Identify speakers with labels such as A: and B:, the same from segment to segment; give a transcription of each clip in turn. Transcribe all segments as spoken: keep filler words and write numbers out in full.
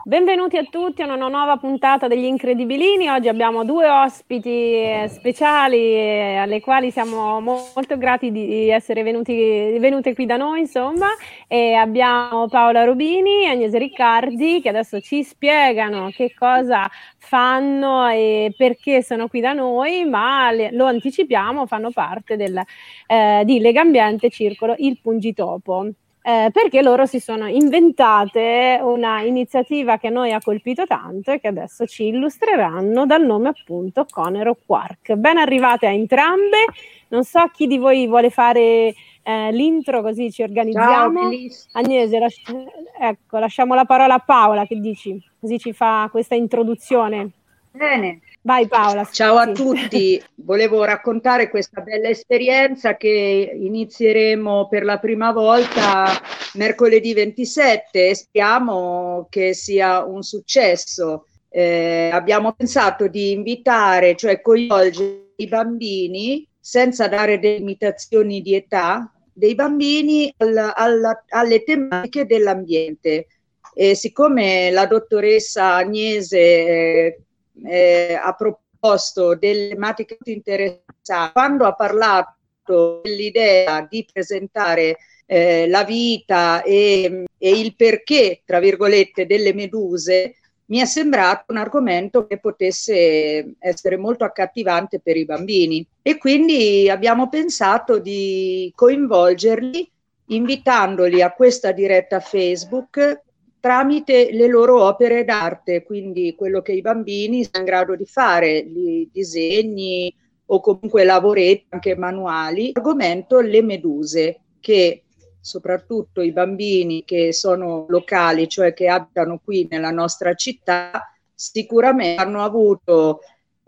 A: Benvenuti a tutti a una nuova puntata degli Incredibilini. Oggi abbiamo due ospiti speciali alle quali siamo molto grati di essere venuti, venute qui da noi, insomma, e abbiamo Paola Rubini e Agnese Riccardi che adesso ci spiegano che cosa fanno e perché sono qui da noi, ma le, lo anticipiamo, fanno parte del, eh, di Legambiente Circolo Il Pungitopo. Eh, perché loro si sono inventate una iniziativa che a noi ha colpito tanto e che adesso ci illustreranno dal nome appunto Conero Quark. Ben arrivate a entrambe, non so chi di voi vuole fare eh, l'intro così ci organizziamo. Ciao, Agnese, lasci- ecco, lasciamo la parola a Paola, che dici? Così ci fa questa introduzione.
B: Bene.
A: Vai Paola.
B: Ciao a
A: sì.
B: tutti, volevo raccontare questa bella esperienza che inizieremo per la prima volta mercoledì ventisette e speriamo che sia un successo. Eh, abbiamo pensato di invitare, cioè coinvolgere i bambini senza dare delle limitazioni di età, dei bambini al, alla, alle tematiche dell'ambiente. E siccome la dottoressa Agnese eh, eh, ha proposto delle tematiche interessanti, quando ha parlato dell'idea di presentare eh, la vita e, e il perché, tra virgolette, delle meduse, mi è sembrato un argomento che potesse essere molto accattivante per i bambini e quindi abbiamo pensato di coinvolgerli invitandoli a questa diretta Facebook tramite le loro opere d'arte, quindi quello che i bambini sono in grado di fare, i disegni o comunque lavoretti anche manuali. Argomento le meduse, che soprattutto i bambini che sono locali, cioè che abitano qui nella nostra città, sicuramente hanno avuto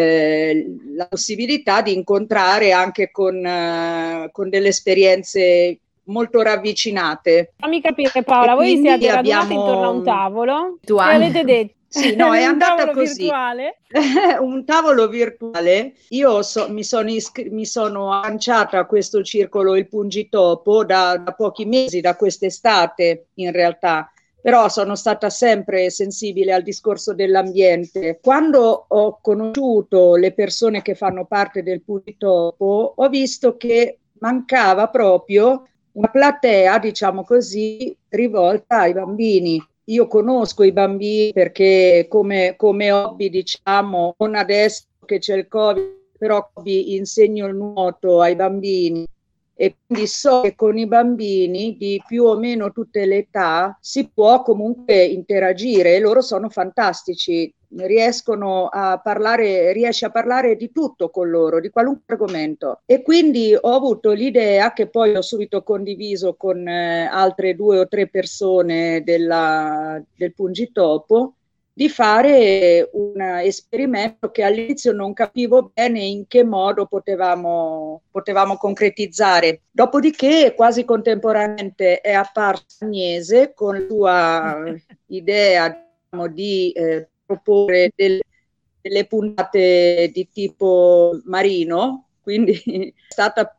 B: eh, la possibilità di incontrare anche con, eh, con delle esperienze molto ravvicinate.
A: Fammi capire Paola, voi siete radunati intorno a un tavolo e avete detto
B: sì, no, è
A: un
B: andata
A: tavolo
B: così.
A: virtuale?
B: Un tavolo virtuale. Io so, mi, sono iscr- mi sono agganciata a questo circolo Il Pungitopo da, da pochi mesi, da quest'estate in realtà, però sono stata sempre sensibile al discorso dell'ambiente. Quando ho conosciuto le persone che fanno parte del Pungitopo, ho visto che mancava proprio una platea, diciamo così, rivolta ai bambini. Io conosco i bambini perché come, come hobby, diciamo, non adesso che c'è il Covid, però insegno il nuoto ai bambini e quindi so che con i bambini di più o meno tutte le età si può comunque interagire e loro sono fantastici, riescono a parlare, riesce a parlare di tutto con loro, di qualunque argomento. E quindi ho avuto l'idea, che poi ho subito condiviso con eh, altre due o tre persone della, del Pungitopo, di fare un esperimento che all'inizio non capivo bene in che modo potevamo, potevamo concretizzare. Dopodiché, quasi contemporaneamente, è apparsa Agnese con la sua idea, diciamo, di eh, proporre del, delle puntate di tipo marino, quindi è stata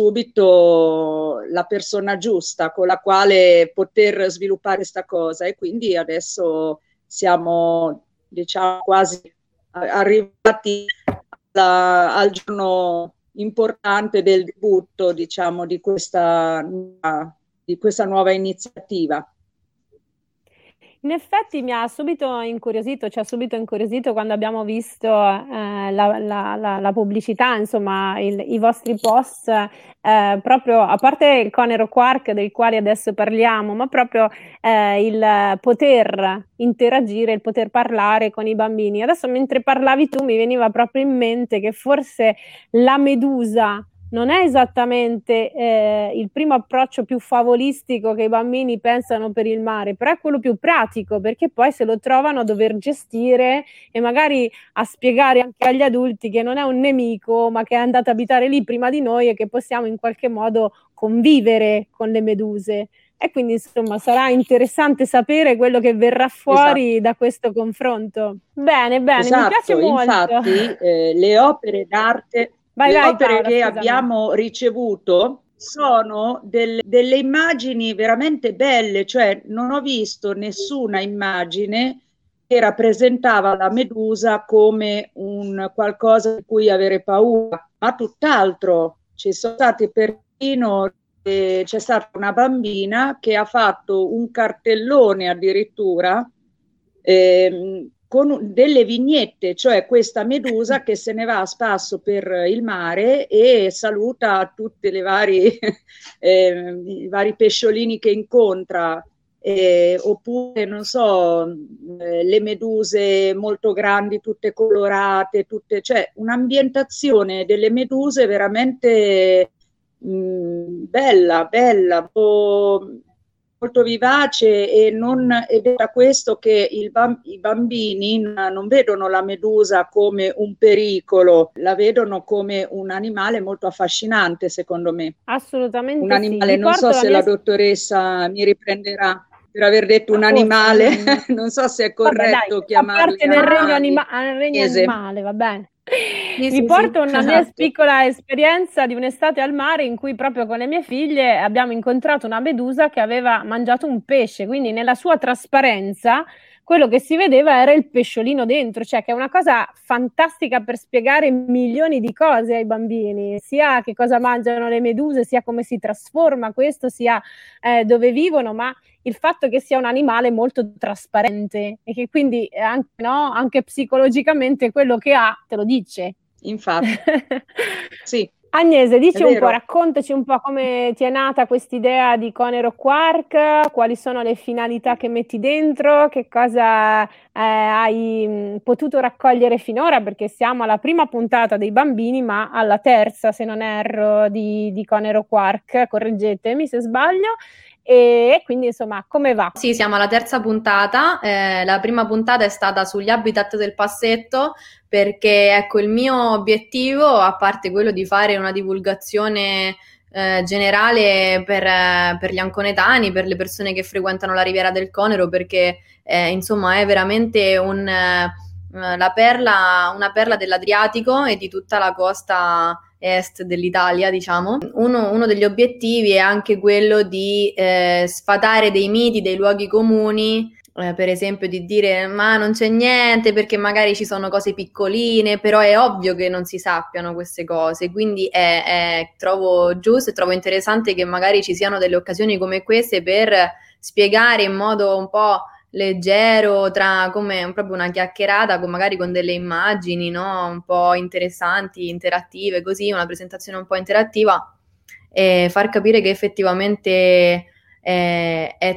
B: subito la persona giusta con la quale poter sviluppare questa cosa e quindi adesso siamo, diciamo, quasi arrivati alla, al giorno importante del debutto, diciamo, di questa, di questa nuova iniziativa.
A: In effetti mi ha subito incuriosito, ci ha subito incuriosito quando abbiamo visto eh, la, la, la, la pubblicità, insomma, il, i vostri post, eh, proprio a parte il Conero Quark del quale adesso parliamo, ma proprio eh, il poter interagire, il poter parlare con i bambini. Adesso mentre parlavi tu mi veniva proprio in mente che forse la medusa non è esattamente eh, il primo approccio più favolistico che i bambini pensano per il mare, però è quello più pratico, perché poi se lo trovano a dover gestire e magari a spiegare anche agli adulti che non è un nemico, ma che è andato a abitare lì prima di noi e che possiamo in qualche modo convivere con le meduse. E quindi insomma sarà interessante sapere quello che verrà fuori esatto. da questo confronto. Bene, bene,
B: esatto,
A: mi piace molto.
B: Infatti eh, le opere d'arte Vai, Le vai, opere Paola, che scusami. abbiamo ricevuto sono delle, delle immagini veramente belle, cioè non ho visto nessuna immagine che rappresentava la medusa come un qualcosa di cui avere paura, ma tutt'altro. Ci sono stati persino, eh, c'è stata una bambina che ha fatto un cartellone addirittura eh, con delle vignette, cioè questa medusa che se ne va a spasso per il mare e saluta tutti le varie, eh, i vari pesciolini che incontra. Eh, oppure non so, eh, le meduse molto grandi, tutte colorate, tutte, cioè un'ambientazione delle meduse veramente mh, bella, bella, molto, molto vivace e non, ed è da questo che il bam- i bambini non vedono la medusa come un pericolo, la vedono come un animale molto affascinante, secondo me. Un
A: Assolutamente sì.
B: animale,
A: Vi
B: non so
A: porto la
B: se
A: mia...
B: la dottoressa mi riprenderà per aver detto
A: Ma
B: un
A: forse,
B: animale,
A: non...
B: non so se è
A: Vabbè, dai,
B: corretto
A: fa
B: chiamarli
A: parte del regno,
B: animali.
A: anima- al regno
B: Ese.
A: animale, va bene.
C: Sì,
A: Vi
C: sì,
A: porto
C: sì,
A: una mia
B: esatto.
A: piccola esperienza di un'estate al mare in cui proprio con le mie figlie abbiamo incontrato una medusa che aveva mangiato un pesce, quindi nella sua trasparenza quello che si vedeva era il pesciolino dentro, cioè che è una cosa fantastica per spiegare milioni di cose ai bambini, sia che cosa mangiano le meduse, sia come si trasforma questo, sia eh, dove vivono, ma il fatto che sia un animale molto trasparente e che quindi eh, anche, no, anche psicologicamente quello che ha te lo dice.
B: Infatti, sì,
A: Agnese,
B: è
A: dici un po',
B: vero.
A: raccontaci un po' come ti è nata quest'idea di Conero Quark, quali sono le finalità che metti dentro, che cosa eh, hai mh, potuto raccogliere finora, perché siamo alla prima puntata dei bambini, ma alla terza, se non erro, di, di Conero Quark, correggetemi se sbaglio, e quindi insomma, come va?
C: Sì, siamo alla terza puntata. Eh, la prima puntata è stata sugli habitat del passetto, perché ecco il mio obiettivo, a parte quello di fare una divulgazione eh, generale per, eh, per gli anconetani, per le persone che frequentano la Riviera del Conero, perché eh, insomma è veramente un, eh, la perla, una perla dell'Adriatico e di tutta la costa est dell'Italia, diciamo. Uno, uno degli obiettivi è anche quello di eh, sfatare dei miti, dei luoghi comuni, eh, per esempio di dire ma non c'è niente perché magari ci sono cose piccoline, però è ovvio che non si sappiano queste cose, quindi è, è, trovo giusto e trovo interessante che magari ci siano delle occasioni come queste per spiegare in modo un po' leggero, tra come proprio una chiacchierata, con, magari con delle immagini, no? Un po' interessanti, interattive, così, una presentazione un po' interattiva, e far capire che effettivamente è, è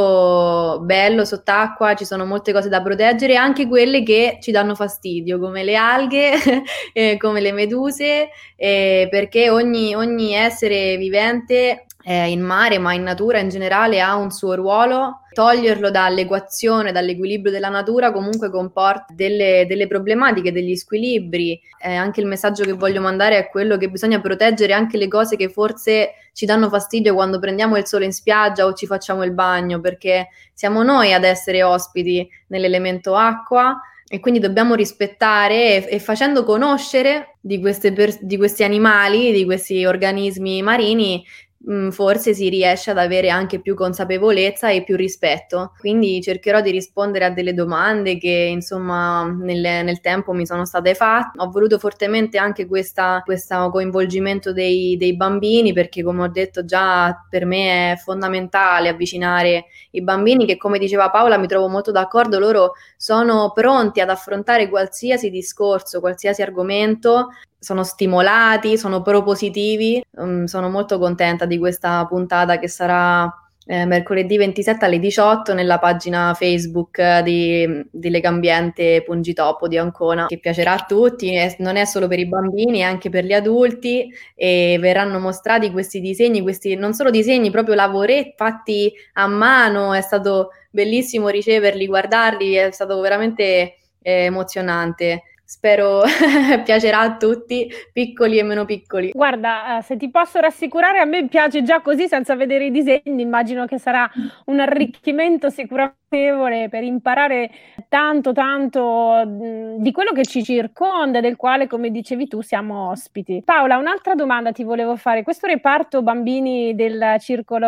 C: tutto bello sott'acqua, ci sono molte cose da proteggere, anche quelle che ci danno fastidio, come le alghe, eh, come le meduse, eh, perché ogni, ogni essere vivente eh, in mare, ma in natura in generale, ha un suo ruolo. Toglierlo dall'equazione, dall'equilibrio della natura comunque comporta delle, delle problematiche, degli squilibri. Eh, anche il messaggio che voglio mandare è quello che bisogna proteggere anche le cose che forse ci danno fastidio quando prendiamo il sole in spiaggia o ci facciamo il bagno, perché siamo noi ad essere ospiti nell'elemento acqua. E quindi dobbiamo rispettare e, e facendo conoscere di, queste per, di questi animali, di questi organismi marini, mh, forse si riesce ad avere anche più consapevolezza e più rispetto. Quindi cercherò di rispondere a delle domande che insomma nel, nel tempo mi sono state fatte. Ho voluto fortemente anche questa, questo coinvolgimento dei, dei bambini, perché come ho detto già per me è fondamentale avvicinare i bambini, che come diceva Paola mi trovo molto d'accordo, loro sono pronti ad affrontare qualsiasi discorso, qualsiasi argomento, sono stimolati, sono propositivi. Um, sono molto contenta di questa puntata che sarà eh, mercoledì ventisette alle diciotto nella pagina Facebook di, di Legambiente Pungitopo di Ancona, che piacerà a tutti, è, non è solo per i bambini, è anche per gli adulti, e verranno mostrati questi disegni, questi non solo disegni, proprio lavoretti fatti a mano. È stato bellissimo riceverli, guardarli, è stato veramente eh, emozionante. Spero piacerà a tutti, piccoli e meno piccoli.
A: Guarda, eh, se ti posso rassicurare, a me piace già così, senza vedere i disegni. Immagino che sarà un arricchimento sicuramente per imparare tanto, tanto mh, di quello che ci circonda, del quale, come dicevi tu, siamo ospiti. Paola, un'altra domanda ti volevo fare. Questo reparto bambini del circolo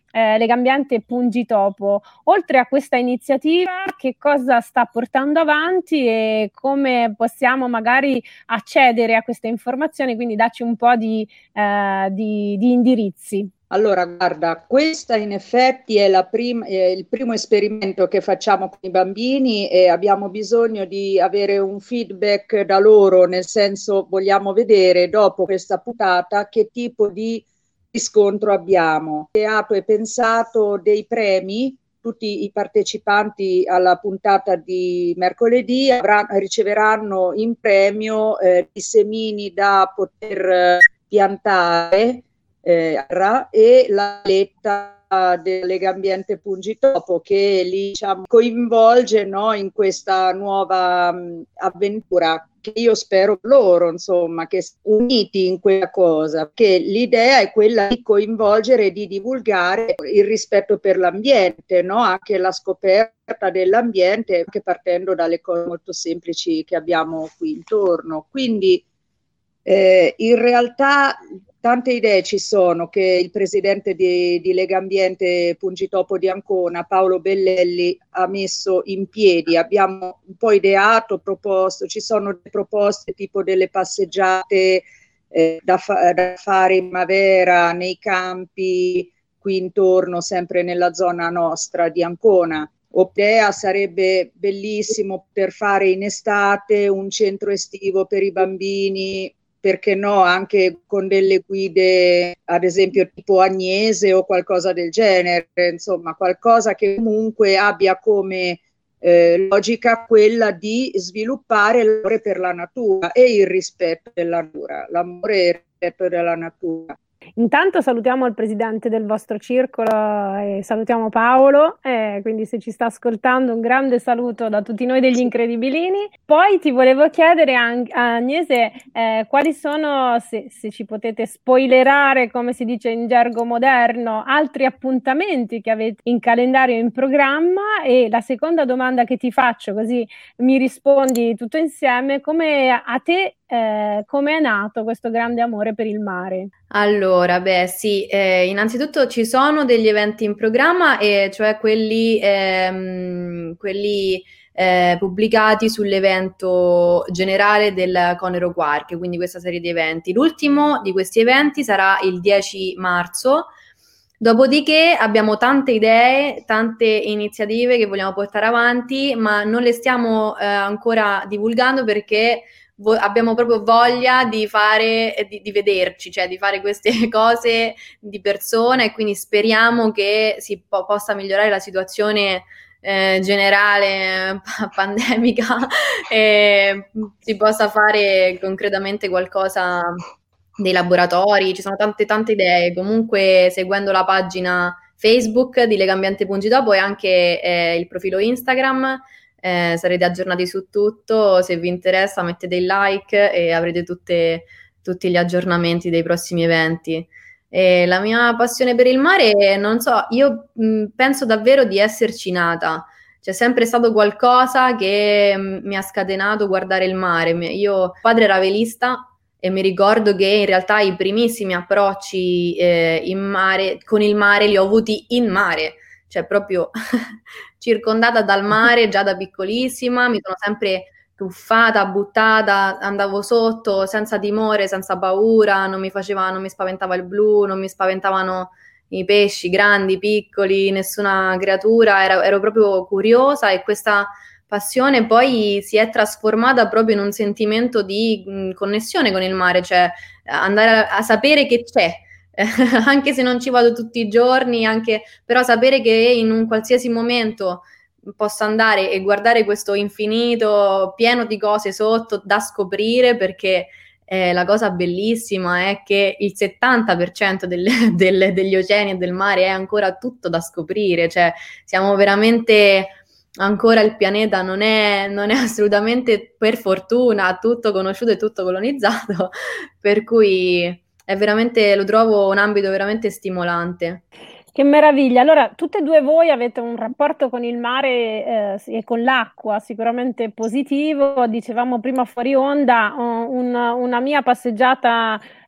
A: eh, Legambiente Pungitopo. Oltre a questa iniziativa, che cosa sta portando avanti e come possiamo magari accedere a queste informazioni? Quindi dacci un po' di, eh, di, di indirizzi.
B: Allora, guarda, questa in effetti è, la prim- è il primo esperimento che facciamo con i bambini e abbiamo bisogno di avere un feedback da loro, nel senso vogliamo vedere dopo questa puntata che tipo di riscontro abbiamo. Ho creato e pensato dei premi. Tutti i partecipanti alla puntata di mercoledì avranno, riceveranno in premio eh, i semini da poter eh, piantare eh, e la letta del Legambiente Pungitopo che li diciamo, coinvolge, no, in questa nuova mh, avventura che io spero loro, insomma, che uniti in quella cosa, che l'idea è quella di coinvolgere e di divulgare il rispetto per l'ambiente, no? Anche la scoperta dell'ambiente, anche partendo dalle cose molto semplici che abbiamo qui intorno. Quindi eh, in realtà tante idee ci sono che il presidente di, di Legambiente Pungitopo di Ancona, Paolo Bellelli, ha messo in piedi. Abbiamo un po' ideato, proposto, ci sono delle proposte tipo delle passeggiate eh, da, fa- da fare in primavera nei campi qui intorno, sempre nella zona nostra di Ancona. L'idea sarebbe bellissimo per fare in estate un centro estivo per i bambini, perché no, anche con delle guide, ad esempio tipo Agnese o qualcosa del genere, insomma, qualcosa che comunque abbia come eh, logica quella di sviluppare l'amore per la natura e il rispetto della natura, l'amore e il rispetto della natura.
A: Intanto salutiamo il presidente del vostro circolo e salutiamo Paolo, eh, quindi se ci sta ascoltando un grande saluto da tutti noi degli Incredibilini. Poi ti volevo chiedere a Agnese eh, quali sono, se, se ci potete spoilerare, come si dice in gergo moderno, altri appuntamenti che avete in calendario in programma. E la seconda domanda che ti faccio, così mi rispondi tutto insieme, come a te Eh, come è nato questo grande amore per il mare?
C: Allora, beh, sì, eh, innanzitutto ci sono degli eventi in programma, e cioè quelli, ehm, quelli eh, pubblicati sull'evento generale del Conero Quark, quindi questa serie di eventi. L'ultimo di questi eventi sarà il dieci marzo. Dopodiché abbiamo tante idee, tante iniziative che vogliamo portare avanti, ma non le stiamo eh, ancora divulgando perché vo- abbiamo proprio voglia di fare, eh, di, di vederci, cioè di fare queste cose di persona, e quindi speriamo che si po- possa migliorare la situazione eh, generale pa- pandemica e si possa fare concretamente qualcosa, dei laboratori. Ci sono tante tante idee. Comunque, seguendo la pagina Facebook di Legambiente Pungitopo e anche eh, il profilo Instagram, eh, sarete aggiornati su tutto. Se vi interessa, mettete il like e avrete tutte, tutti gli aggiornamenti dei prossimi eventi. E la mia passione per il mare, non so, io mh, penso davvero di esserci nata. C'è sempre stato qualcosa che mh, mi ha scatenato guardare il mare. Io, padre era velista, e mi ricordo che in realtà i primissimi approcci eh, in mare, con il mare li ho avuti in mare, cioè proprio circondata dal mare già da piccolissima. Mi sono sempre tuffata, buttata, andavo sotto senza timore, senza paura, non mi faceva, non mi spaventava il blu, non mi spaventavano i pesci grandi, piccoli, nessuna creatura. Ero, ero proprio curiosa, e questa passione poi si è trasformata proprio in un sentimento di mh, connessione con il mare, cioè andare a, a sapere che c'è, anche se non ci vado tutti i giorni, anche, però sapere che in un qualsiasi momento posso andare e guardare questo infinito pieno di cose sotto da scoprire, perché eh, la cosa bellissima è che il settanta per cento delle, delle, degli oceani e del mare è ancora tutto da scoprire, cioè siamo veramente... Ancora il pianeta non è, non è assolutamente, per fortuna, tutto conosciuto e tutto colonizzato, per cui è veramente, lo trovo un ambito veramente stimolante.
A: Che meraviglia! Allora, tutte e due voi avete un rapporto con il mare eh, e con l'acqua sicuramente positivo. Dicevamo prima fuori onda, un- una mia passeggiata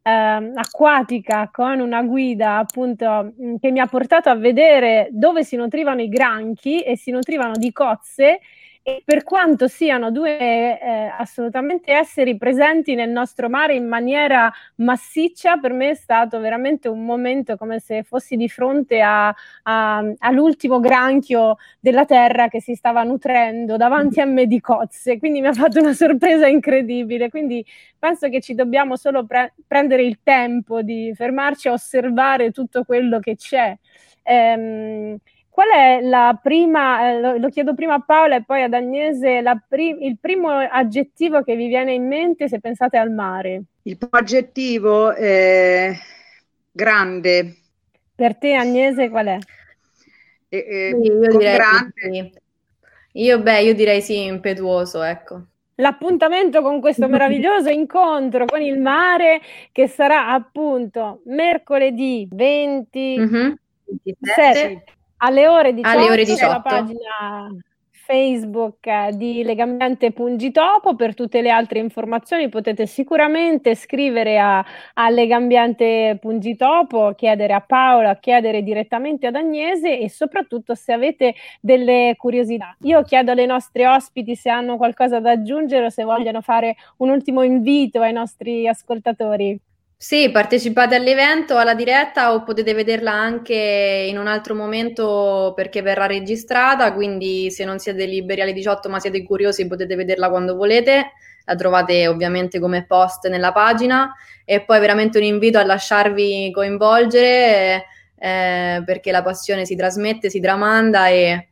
A: eh, acquatica con una guida appunto mh, che mi ha portato a vedere dove si nutrivano i granchi e si nutrivano di cozze. E per quanto siano due eh, assolutamente esseri presenti nel nostro mare in maniera massiccia, per me è stato veramente un momento come se fossi di fronte a, a, all'ultimo granchio della terra che si stava nutrendo davanti a me di cozze, quindi mi ha fatto una sorpresa incredibile. Quindi penso che ci dobbiamo solo pre- prendere il tempo di fermarci a osservare tutto quello che c'è. Ehm, Qual è la prima, eh, lo, lo chiedo prima a Paola e poi ad Agnese, la pri- il primo aggettivo che vi viene in mente se pensate al mare?
B: Il primo aggettivo è grande.
A: Per te, Agnese, qual è?
B: E,
C: Sì,
B: e
C: io
B: con
C: direi
B: grande.
C: sì. Io, beh, io direi sì, impetuoso, ecco.
A: L'appuntamento con questo meraviglioso incontro con il mare che sarà appunto mercoledì
C: Mhm.
A: ventisette
B: Sì.
C: ventisette
A: alle ore
C: alle ore
A: diciotto sulla
C: diciotto.
A: pagina Facebook eh, di Legambiente Pungitopo. Per tutte le altre informazioni potete sicuramente scrivere a, a Legambiente Pungitopo, chiedere a Paola, chiedere direttamente ad Agnese e soprattutto se avete delle curiosità. Io chiedo alle nostre ospiti se hanno qualcosa da aggiungere o se vogliono fare un ultimo invito ai nostri ascoltatori.
C: Sì, partecipate all'evento, alla diretta o potete vederla anche in un altro momento perché verrà registrata, quindi se non siete liberi alle diciotto ma siete curiosi potete vederla quando volete, la trovate ovviamente come post nella pagina e poi veramente un invito a lasciarvi coinvolgere eh, perché la passione si trasmette, si tramanda e,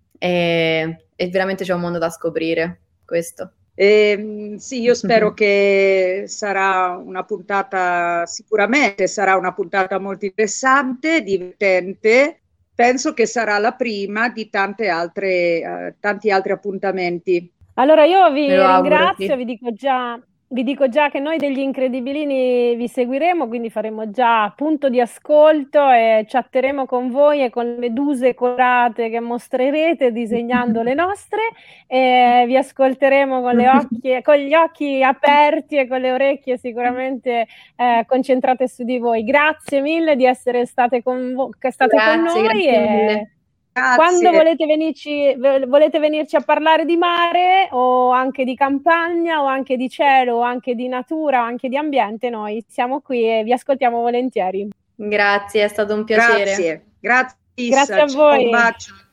C: e, e veramente c'è un mondo da scoprire, questo.
B: Eh, sì, io spero che sarà una puntata, sicuramente sarà una puntata molto interessante, divertente. Penso che sarà la prima di tante altre, eh, tanti altri appuntamenti.
A: Allora io
C: Me lo
A: vi
C: auguro,
A: ringrazio,
C: sì.
A: vi dico già, vi dico già che noi degli Incredibilini vi seguiremo, quindi faremo già punto di ascolto e chatteremo con voi e con le meduse colorate che mostrerete disegnando le nostre e vi ascolteremo con le occhie, con gli occhi aperti e con le orecchie sicuramente eh, concentrate su di voi. Grazie mille di essere state con, vo- che state con
C: Grazie,
A: noi
C: grazie
A: e
C: mille.
A: quando
B: Grazie,
A: volete venirci, volete venirci a parlare di mare o anche di campagna o anche di cielo o anche di natura o anche di ambiente, noi siamo qui e vi ascoltiamo volentieri.
C: Grazie, è stato un piacere.
B: grazie, grazie,
A: Grazie
B: Issa.
A: a
B: Ciao, un
A: voi.
B: bacio.